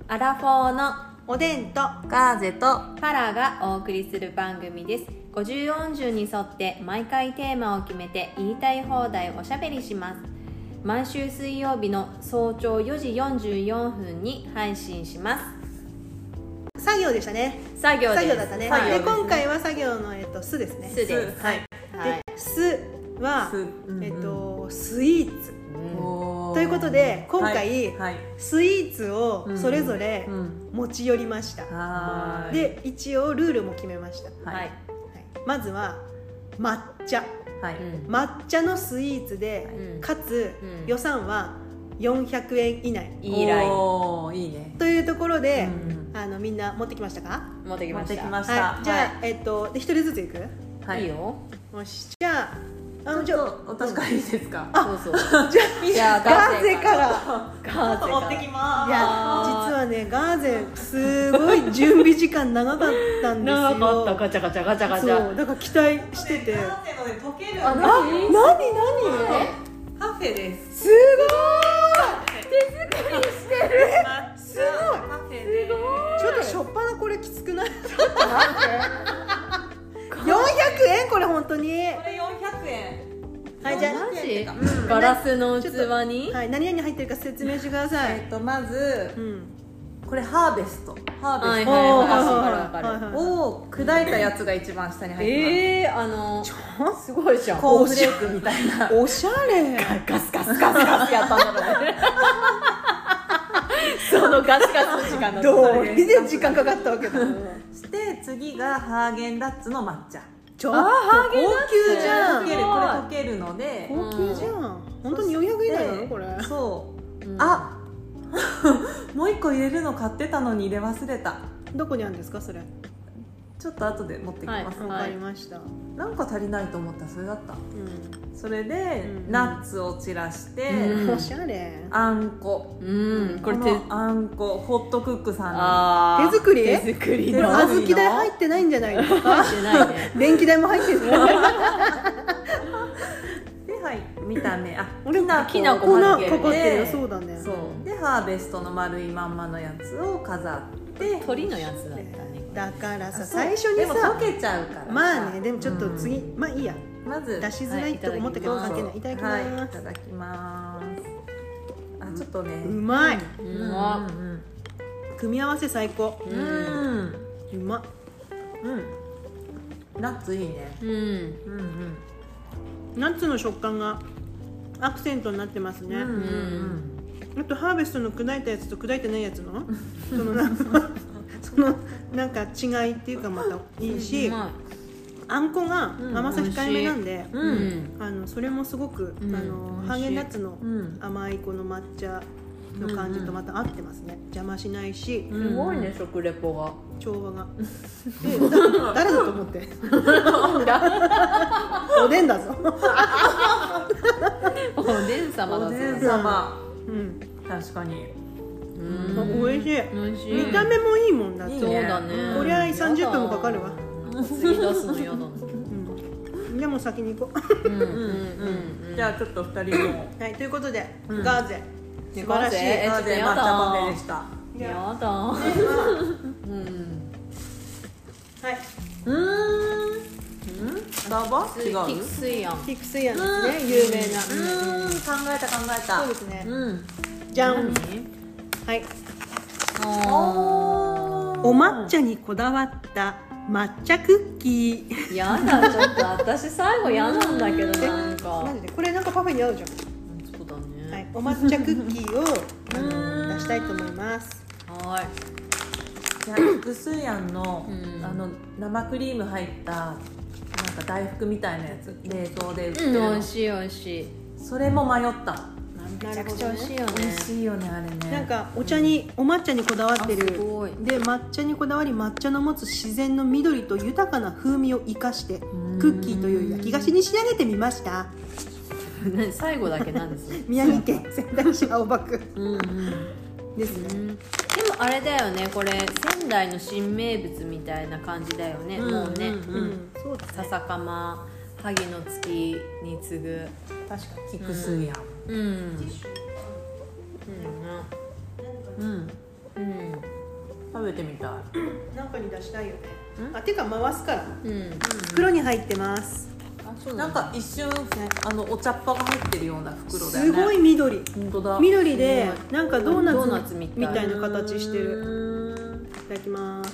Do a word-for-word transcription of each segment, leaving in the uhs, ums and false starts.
アラフォーのおでんとガーゼとパラがお送りする番組です。ごじゅうよんじゅうに沿って毎回テーマを決めて言いたい放題おしゃべりします。毎週水曜日の早朝よじよんじゅうよんぷんに配信します。 作業でしたね。 作業です。 作業だったね。 はい、 で今回は作業の、えっと、すですね。 すです。 はい。 で、すは、 うんうん、 えっと、スイーツ、 うん、 ということで今回、 はいはい、 スイーツをそれぞれ持ち寄りました、 うんうん、 で一応ルールも決めました、 はいはい、 まずは抹茶、はい、抹茶のスイーツで、うん、かつ、うん、予算はよんひゃくえん以内、 いいライン、 おーいいねというところで、 うん、 あのみんな持ってきましたか？ 持ってきました。 持ってきました、 はい、じゃあ、 はい、 えっとで一人ずついく？ はい、いいよ。 よし、じゃああのちょっと私からいいですか？ あ、 そうそうじゃあみんなガーゼからガーゼ持ってきます。 いや実はねガーゼすごい準備時間長かったんですよ。 長かった。ガチャガチャガチャガチャ。 そうだから期待してて。 ガーゼので溶けるんです。 あ、 なになに？ カフェです。 すごい。 手作りしてる。 すごい。 カフェで。 ちょっとしょっぱなこれきつくない？ ちょっと待って。 よんひゃくえんこれ本当に。これよんひゃくえん。 はいじゃあマジ？ガラスの器に。 はい、何々入ってるか説明してください。 えっとまず、 うん、 これハーベスト。ハーベスト。 はいはいはい。 を砕いたやつが一番下に入ってます。 えー、あのすごいじゃん。 コーンフレークみたいな。 おしゃれ。 ガスガスガスガスやったんだろうね。そのガスガス時間のどうりで時間かかったわけだ。 して次がハーゲンダッツの抹茶。 ちょっと高級じゃん。 これ溶けるので高級じゃん。本当によんひゃくえん以内なのこれ？ そう。うん、あ、もう一個入れるの買ってたのに入れ忘れた。 どこにあるんですかそれ？ ちょっと後で持ってきます。 わ、はい、かりました。 なんか足りないと思ったらそれだった。うん、それで、うん、ナッツを散らして、 うん、おしゃれ。 あんこ。 うん、 これ手あんこホットクックさんの手作り？ 手作りの。 小豆代入ってないんじゃないですか？ 入ってないね。 電気代も入ってる。で、 はい、見た目、あ、 俺きな粉かかってるよ。そうだね。 そうでハーベストの丸いまんまのやつを飾って、 鳥のやつだったね。 だからさ最初にさ、 でも溶けちゃうからまあね、でもちょっと次、うん、まあいいや、 まず出しづらいと思ったけど関係ない。いただきます。 はい、いただきます。あ、ちょっとね、 うまい。 うん、うま、 うん、組み合わせ最高。 うん、 うま、 うん、ナッツいいね。 うん、うん、うん、 ナッツの食感がアクセントになってますね。うん、うん、あとハーベストの砕いたやつと砕いてないやつのそのなんかそのなんか違いっていうかまたいいし、あんこが甘さ控えめなんで、うん、あのそれもすごく、うん、あのハーゲンダッツの甘いこの抹茶の感じとまた合ってますね。邪魔しないし、 すごいね、食レポが、 調和が。え、だ誰だと思って？おでんだぞ。 おでん様だぞ。 おでん様。 うん、 確かに。 うん、おいしい。見た目もいいもんだって。 そうだね。 こりゃさんじゅっぷんもかかるわ。 次出すの嫌だな。 でも先に行こう。うんうんうん。じゃあちょっと二人も。 はい、ということでガーゼ素晴らしいガーゼ抹茶パフェでした。 やだ。うん。 はい。 うん。スタバ？違う。 キクスイヤン。 キクスイヤンですね、有名な。 うん。考えた考えた。 そうですね。 うん。 じゃん。はい。お抹茶にこだわった抹茶クッキー。 やだ、ちょっと私最後嫌なんだけど、なんかマジでこれなんかパフェに合うじゃん。 そうだね。 はい、お抹茶クッキーをあの出したいと思います。 はい。 じゃあキクスイヤンのあの生クリーム入ったなんか大福みたいなやつ冷凍で売ってるの。 美味しい美味しい。 それも迷った。 めちゃくちゃ美味しいよね。 美味しいよねあれね。 なんかお茶に、うん、お抹茶にこだわってる。 すごい。 で抹茶にこだわり抹茶の持つ自然の緑と豊かな風味を生かしてクッキーという焼き菓子に仕上げてみました。 最後だけなんですね。 宮城県仙台市青葉区うん、うん、 ですね。うん、 でもあれだよね、これ仙台の新名物みたいな感じだよね。うん、もうね、うんうん、そうですね。笹かま、萩の月に次ぐ確かキクスイヤン。 うん。うん。 うん。 うん食べてみたい。 なんかに出したいよね。 んあ、てか回すから。 うん袋に入ってます。 あそうなんか一瞬あのお茶っ葉が入ってるような袋だよすね。 ごい緑。 本当だ。 緑でなんかドーナツドーナツみたいみたいな形してる。 る。 いただきます。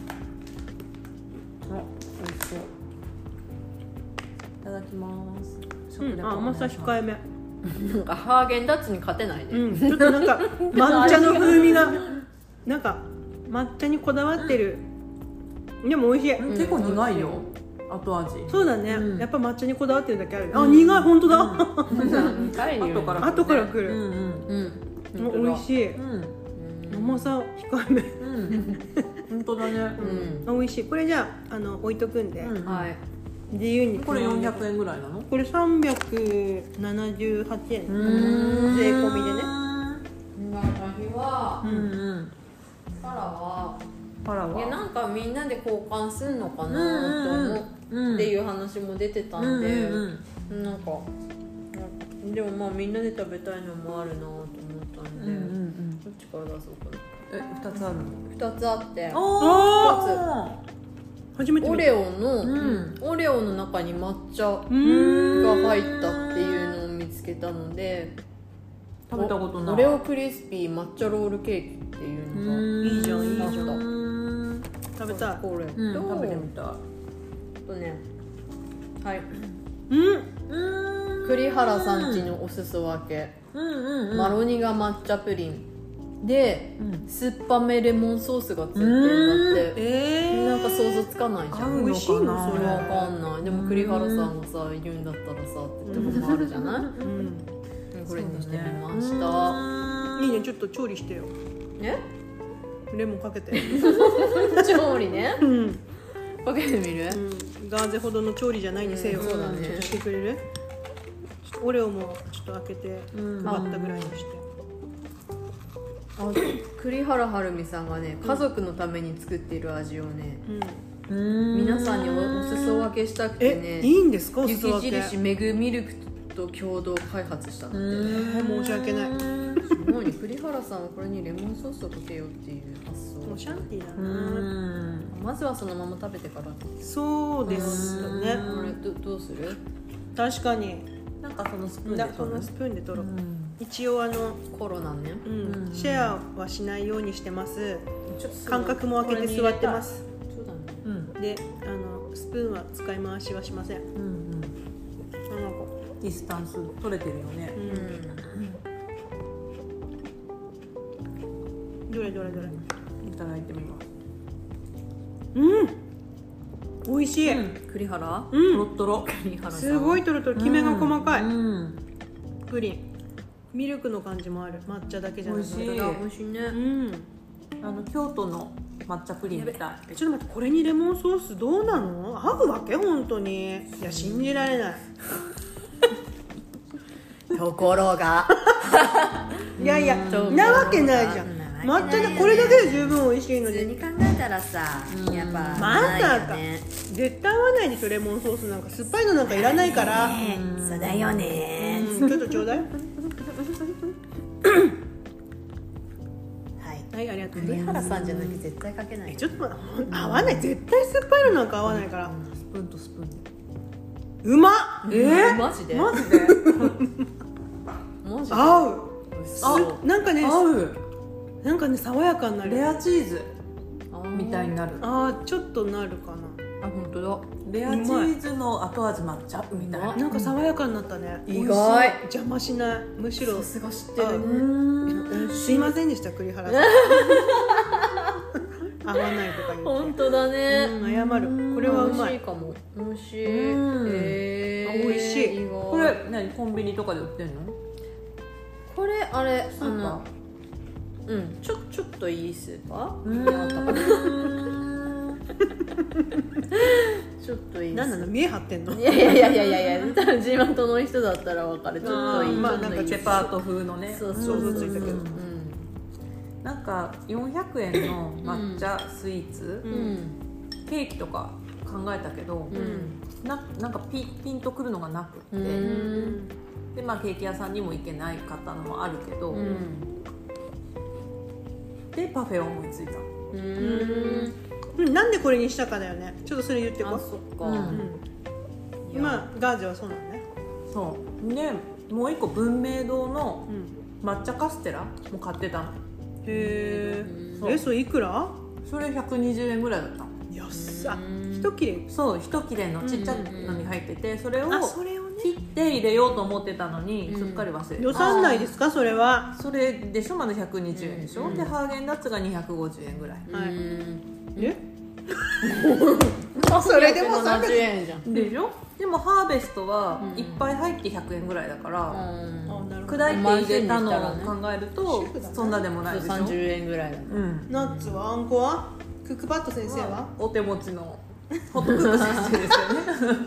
あ、美味しそう。いただきます。 うん、あ、甘さ控えめ。 なんかハーゲンダッツに勝てないね、 うん、ちょっとなんか抹茶の風味がなんか抹茶にこだわってる。でも美味しい。 うん結構苦いよ。後味。 そうだね、 うんやっぱ抹茶にこだわってるだけある。あ、苦い、本当だ。 帰るよ後から後から来る。 うんうん美味しい。 うんうん甘さ控えめ。 うん本当だね。 うん美味しい。これじゃあ、あの置いとくんで、 うんはい自由に。 これよんひゃくえんぐらいなの？ これさんびゃくななじゅうはちえん。 うん税込みでね。 私はうんうん。 カラはパラは。 いやなんかみんなで交換すんのかなと思うっていう話も出てたんで、 うんうんなんかでもまあみんなで食べたいのもあるなと思ったんで、 うんうんうん。 どっちから出そうかな。 え、二つあるの？ ふたつあってあ初めて見た。 オレオの、 うんオレオの中に抹茶うーん。 が入ったっていうのを見つけたので、 食べたことない。 オレオクリスピー抹茶ロールケーキっていうのがいいじゃんいいじゃんん。 食べたい。 これと、 うん、食べてみたい。 あとねはいうん。 うん。 栗原さんちのお裾分け、 うんうんうん。 マロニガ抹茶プリンで、 うん酸っぱめレモンソースがついてるんだって、 えー。 なんか想像つかないじゃん。 合うのかな美味しいのそれわかんない。でも栗原さんがさ言うんだったらさってとこもあるじゃないうん。 これにしてみました。 いいね、ちょっと調理してよ。 ねレモンかけて。 調理ねうん。うん。 かけてみる、 ガーゼほどの調理じゃないにせよ。 うんそうだねちょっとしてくれる？ちょっとオレオもちょっと開けてうん割ったぐらいにして。 あ栗原はるみさんがね家族のために作っている味をね、 うん。 うん。 皆さんにおお裾分けしたくてえ、 ねいいんですか？お裾雪分け。 印メグミルクと共同開発したのって、 えー申し訳ない。 すごいね栗原さんはこれにレモンソースをかけようっていう発もうシ想。 ャンティーだうな。 ん。 まずはそのまま食べてからそうですよね。 これどどうする？ 確かに。 なんかそのスプーンでだ取るこのスプーンで取ろう。 うん一応あの、 コロナねうんうんシェアはしないようにしてます。 ちょっと間隔も空けて座ってます。 そうだねうんで、あのスプーンは使い回しはしません。 うんうん。 なんかディスタンス取れてるよね。 うん。どれどれどれ。 いただいてみます。 うん。美味しい。 うん栗原うトロん。 ットロ。 栗原さんすごいトロトロ、きめが細かい。 うん。 プリン。ミルクの感じもある。抹茶だけじゃなくて。 美味しい美味しいねうん。 あの京都の抹茶プリンみたい。 ちょっと待って、これにレモンソースどうなの？合うわけ本当に？いや信じられない。 ところがいやいや、 うんなわけないじゃん。 うん抹茶でこれだけで十分美味しいのに。 普通に考えたらさうんやっぱまないよさかね絶対合わないでしょレモンソースなんか酸っぱいのなんかいらないから。 ねそうだよねうんちょっとちょうだい。 はいはい、ありがとうござ栗います。 原さんじゃなくて絶対かけないえちょっと待って、ほん合わない。絶対酸っぱいのなんか合わないから。 スプーンとスプーンで。 うまっ。 えマジでマジで？ マジで合う。 嘘あ、なんかね、 合う。 なんかね爽やかになる。 レアチーズあみたいになる。 あー、ちょっとなるかあ本当だレアチーズの後味抹茶みたいな。 な。なんか爽やかになったね。 意外邪魔しない。むしろさ。すが知ってあるねうん。 すいませんでした栗原さん。合わないとか言って。 本当だねうん謝る。これはうまい。 美味しいかも美味しいうんへーあ美味しい意外これ何コンビニとかで売ってんの？ これあれスーあのうんちょちょっといいスーパーうんにあったかなちょっといいスーパー何なの見え張ってんの？ いやいやいやいやいやいや多分地元の人だったら分かるちょっといいあーまあちょっといいなんかデパート風のね。 そうそうそう想像ついたけどうんうんなんかよんひゃくえんの抹茶スイーツ、 うんうんケーキとか考えたけど、 うんななんかピピンとくるのがなくって、 うんでまあケーキ屋さんにも行けない方のもあるけど、 うんでパフェを思いついた。 うーんうん、なんでこれにしたかだよね。ちょっとそれ言ってこあそっか、 うんう、うん、まあガーゼはそうなのね。 そうでもう一個文明堂のうん、 抹茶カステラも買ってたの。 へうんーえ、それいくら？ それひゃくにじゅうえんぐらいだったの。 安っ。あ、 うん一切れ。 そう一切れのちっちゃいのに入ってて、それをあ、それをね。 切って入れようと思ってたのに、 うんすっかり忘れて予算内ですかそれは？ それでしょ。まだひゃくにじゅうえんでしょ、 うんでハーゲンダッツがにひゃくごじゅうえんぐらい、 うはいんえ？ それでもさんびゃくえんじゃん。 でしょ。でもハーベストはうんいっぱい入ってひゃくえんぐらいだから、 あ、なるほど。 砕いて入れたのを考えると、 シェフだねそんなでもないでしょ。 さんじゅうえんぐらいだね。 うんナッツはあんこは？クックパッド先生は？ お手持ちのホットクック先生ですよね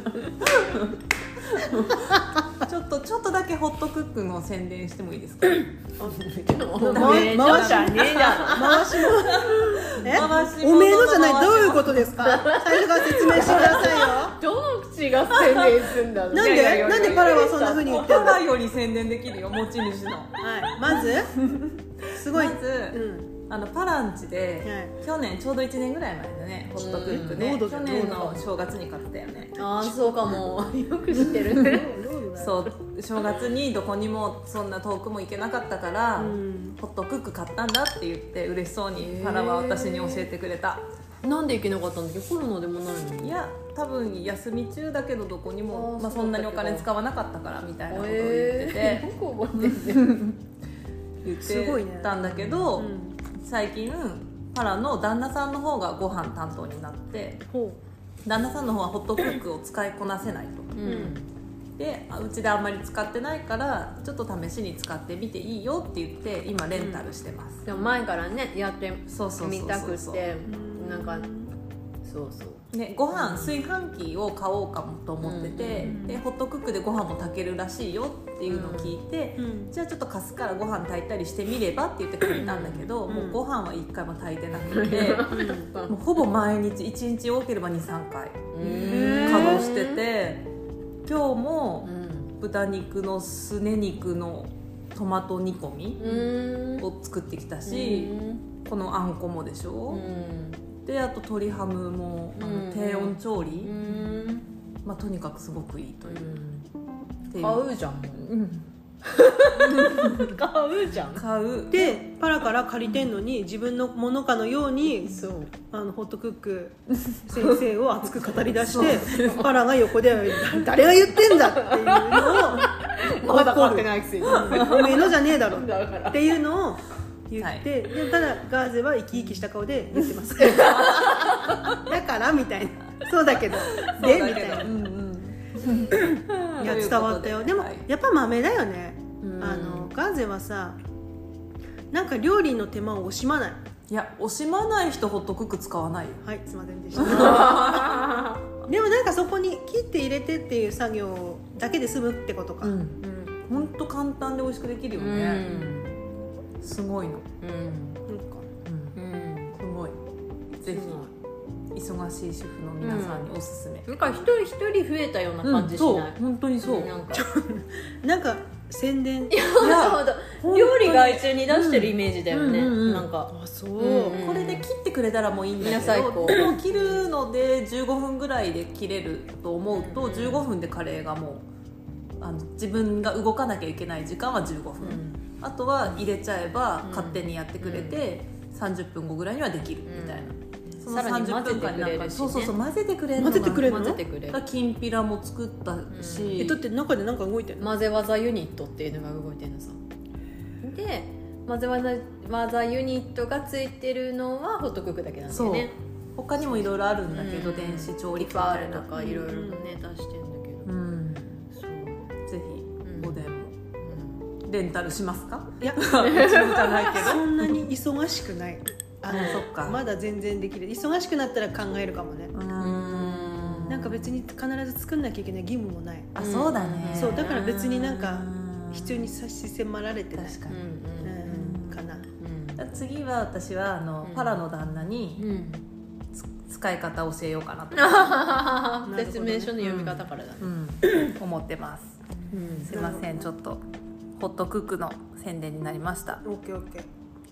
ちょっとちょっとだけホットクックの宣伝してもいいですか？ おめえのじゃねえだ回しもえ？ 回し物おめえのじゃない、 回し物どういうことですか？最初から説明してくださいよ。 どの口が宣伝すんだろう。 なんでなんでパラはそんな風に言ってんの？ パラより宣伝できるよ、持ち主の。 はい、まずすごい、 まず、 うんあのパランチで、 は去年ちょうどいちねんぐらい前だね、ホットクックうんね、 ロードだ去年ローの正月に買ったよね。 ああそうかもよく知ってるね。 そう正月にどこにもそんな遠くも行けなかったから、 うんホットクック買ったんだって言って嬉しそうにパラは私に教えてくれた。 なんで行けなかったんだっけ？コロナでもないのに。 いや多分休み中だけどどこにもまあ、 あーそそんなにおうだけど金使わなかったからみたいなことを言ってえー、 て、 よく覚えてるね。 言っすごいねてたんだけど、 うん最近パラの旦那さんの方がご飯担当になって、 ほ旦那さんの方はホットクックを使いこなせないと。 うんであうちであんまり使ってないからちょっと試しに使ってみていいよって言って今レンタルしてます。 でも前からねやってそうそうそうそうみたくってうなんかそうそうね、ご飯炊飯器を買おうかもと思ってて、 うんでホットクックでご飯も炊けるらしいよっていうのを聞いて、 うんじゃあちょっと貸すからご飯炊いたりしてみればって言って借りたんだけど、 うんもうご飯は一回も炊いてなくてもうほぼ毎日いちにち多ければにさんかいへー稼働してて、今日もうん豚肉のすね肉のトマト煮込みうんを作ってきたし、このあんこもでしょ、であと鶏ハムもあのうん低温調理、 うんまあ、とにかくすごくいいという、っていう買うじゃんもうん、 う買うじゃん買うでパラから借りてんのに自分のものかのようにそうあのホットクック先生を熱く語り出してパラが横で「誰が言ってんだ!」っていうのをまだ買ってないくせにおめえのじゃねえだろだからっていうのを言って、 はいでただガーゼは生き生きした顔で言ってますだからみたいなそうだけどでみたいな、 うんうんいや伝わったよ。でも、 はいやっぱ豆だよね、 うんあのガーゼはさなんか料理の手間を惜しまない。 いや惜しまない人ホットクック使わないよ。 はい、すいませんでしたでもなんかそこに切って入れてっていう作業だけで済むってことか、 うんほんと簡単で美味しくできるよね、すごいの、 うんなんかうんうんすごいぜひ忙しい主婦の皆さんにおすすめ、 なんか一人一人増えたような感じしそうない、 本当にそう、 なんかなんか宣伝いやそうだ料理外中に出してるイメージだよね、 うんうんうんうんなんかあそう、 うんこれで切ってくれたらもういいんだみんな最高けどでも切るのでじゅうごふんぐらいで切れると思うと、 うんじゅうごふんでカレーがもうあの自分が動かなきゃいけない時間はじゅうごふん、あとは入れちゃえばうん勝手にやってくれて、さんじゅっぷんごぐらいにはできるみたいな、そのさらにさんじゅっぷん間になんか混ぜてくれるしねそうそうそう混ぜてくれるのが混ぜてくれるの混ぜてくれるだからきんぴらも作ったし、 えだって中でなんか動いてるの、 混ぜ技ユニットっていうのが動いてるのさで混ぜ技技ユニットがついてるのはホットクックだけなんだよね他にもいろいろあるんだけど、 うん電子調理器リパみたいなールとかいろいろね出してんだけどうんそう、 ぜひおでんもうんレンタルしますか？ いやうちのじゃないけどそんなに忙しくないあのあそっかまだ全然できる。忙しくなったら考えるかもね、 うーんなんか別に必ず作んなきゃいけない義務もない、 あそうだね、 そうだから別になんかうん必要に差し迫られてない確かに、 うんうんかな。 うん次は私はあの、 うんパラの旦那にうんつ使い方を教えようかなと、 うん説明書の読み方からだねうん思ってます。 うんすいませんちょっとホットクックの宣伝になりました。 オッケーオッケー。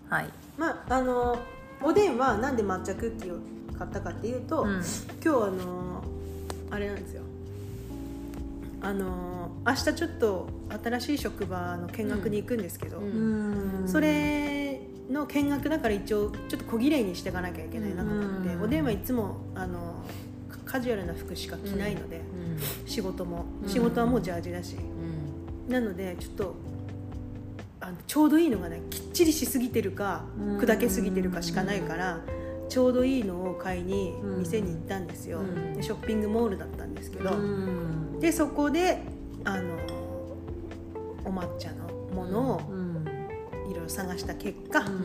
はい。 まああのおでんはなんで抹茶クッキーを買ったかっていうと、うん、今日あのあれなんですよ、あの明日ちょっと新しい職場の見学に行くんですけど、うんうん、それの見学だから一応ちょっと小綺麗にしていかなきゃいけないなと思って、うん、おでんはいつもあのカジュアルな服しか着ないので、うん、仕事も仕事はもうジャージだし、うん、なのでちょっとあのちょうどいいのがね、きっちりしすぎてるか砕けすぎてるかしかないから、ちょうどいいのを買いに店に行ったんですよ、うん、でショッピングモールだったんですけど、うん、でそこであのお抹茶のものをいろいろ探した結果、うん、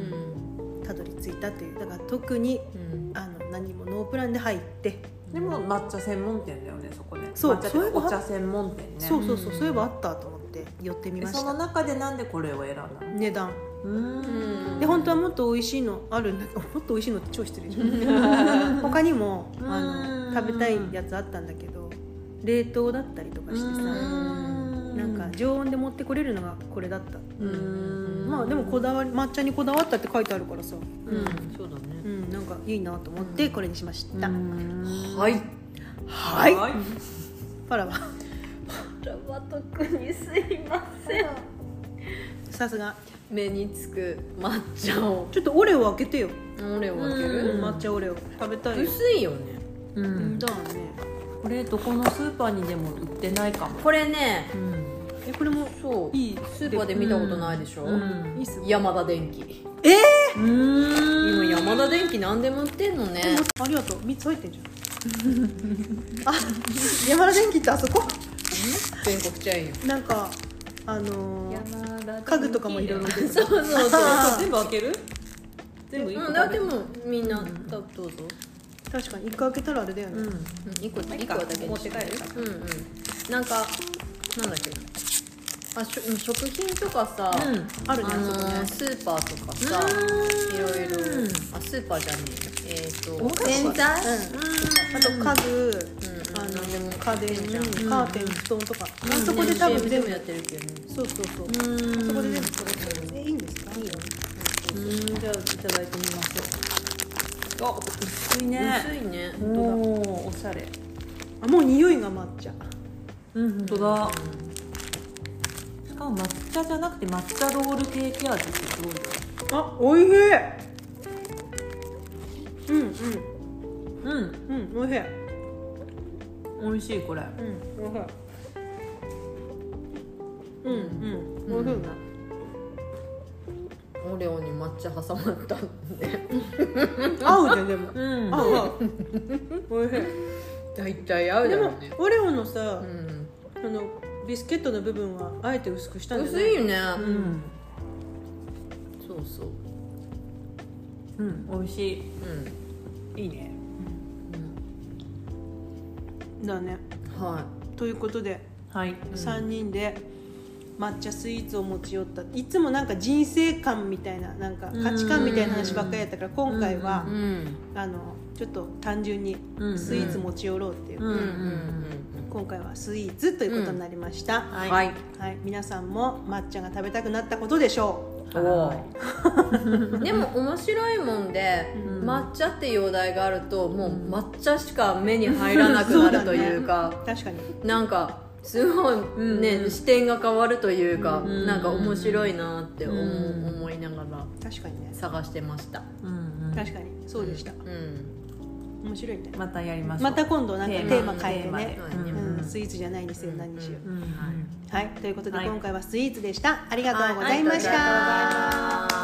たどり着いたという。だから特に、うん、あの何もノープランで入って、 でも抹茶専門店だよね、そこで。 そう、 抹茶ってお茶専門店ね。 そうそうそう、そういえばあったと思って寄ってみました。 その中でなんでこれを選んだの？ 値段。うーん、で本当はもっと美味しいのあるんだけど、もっと美味しいのって超失礼じゃん他にもあの食べたいやつあったんだけど、冷凍だったりとかしてさ、なんか常温で持ってこれるのがこれだった。うーん、まあでもこだわり、抹茶にこだわったって書いてあるからさ、 うん、そうだね、 うん、なんかいいなと思ってこれにしました。 はいはい、パラはパラは特にすいません。 さすが目につく抹茶を。 ちょっとオレオ開けてよ。 オレオ開ける？ 抹茶オレオ食べたいよ。 薄いよね。 うん、だね。 これどこのスーパーにでも売ってないかも。 これね、 うん、 えこれもそういいスーパーで見たことないでしょ、うんうん、いいスーパー。ヤマダ電機。 えー、 うーん、今ヤマダ電機何でも売ってんのね。 ありがとう、みっつ入ってんじゃんあ、ヤマダ電機ってあそこ全国チェーンよ。 なんかあのー、家具とかもいろいろ出てる。 そうそうそう全部開ける？全部いっこ、うん、だでもみんな、うん、どうぞ。 確かにいっこ開けたらあれだよね、うん、 いっこいっこだけ持って帰る。 うんうん。なんかなんだっけ、あ、しょ食品とかさ、うん、 あるね、あのー、ね、スーパーとかさ、いろいろ、あ、スーパーじゃねえよ、えーと洗剤、うん、 あと家具、うん、あのでも家電、うん、カーテン、布団とか、うん、あそこで多分全部やってるけどね。 そうそうそう、あそこで全部これ、え、いいんですか？いいよ。 うん、じゃあいただいてみましょう。あ、薄いね。 薄いね。 おお、おしゃれ。 あ、もう匂いが抹茶。 うん、本当だ。しかも抹茶じゃなくて抹茶ロールケーキ味ってすごいよ。 あ、おいしい。うんうんうんうん、おいしい。 おいしいこれ。 うん、おいしい。うんうん、おいしいな。 オレオに抹茶挟まったんで合うね、でも、 うん、 合う合うおいしい。 大体合うだろうね。 でもオレオのさ、 うん、 あのビスケットの部分はあえて薄くしたんじゃない？ 薄いよね、 うん、 そうそう、 うん、美味しい、 うん、 いいね、 うん、だね。 はい、 ということで、 はい、 さんにんで抹茶スイーツを持ち寄った。いつもなんか人生観みたいな、なんか価値観みたいな話ばっかりやったから、今回は、うんうん、あのちょっと単純にスイーツ持ち寄ろうっていう、うんうん、今回はスイーツということになりました、うん、はい、はいはい、皆さんも抹茶が食べたくなったことでしょう。 おでも面白いもんで、うん、抹茶っていうお題があるともう抹茶しか目に入らなくなるというか、 ね、確かになんかすごいね、うん、視点が変わるというか、うん、なんか面白いなって思、うん、思いながら確かにね探してました、 うんうん、確かにそうでした、うんうん、面白いね。 またやりましょう。 また今度なんかテーマ変えてね、 うんうん、スイーツじゃないにせよ何にしよう、 うんうん、 はい、はい、ということで今回はスイーツでした。ありがとうございました。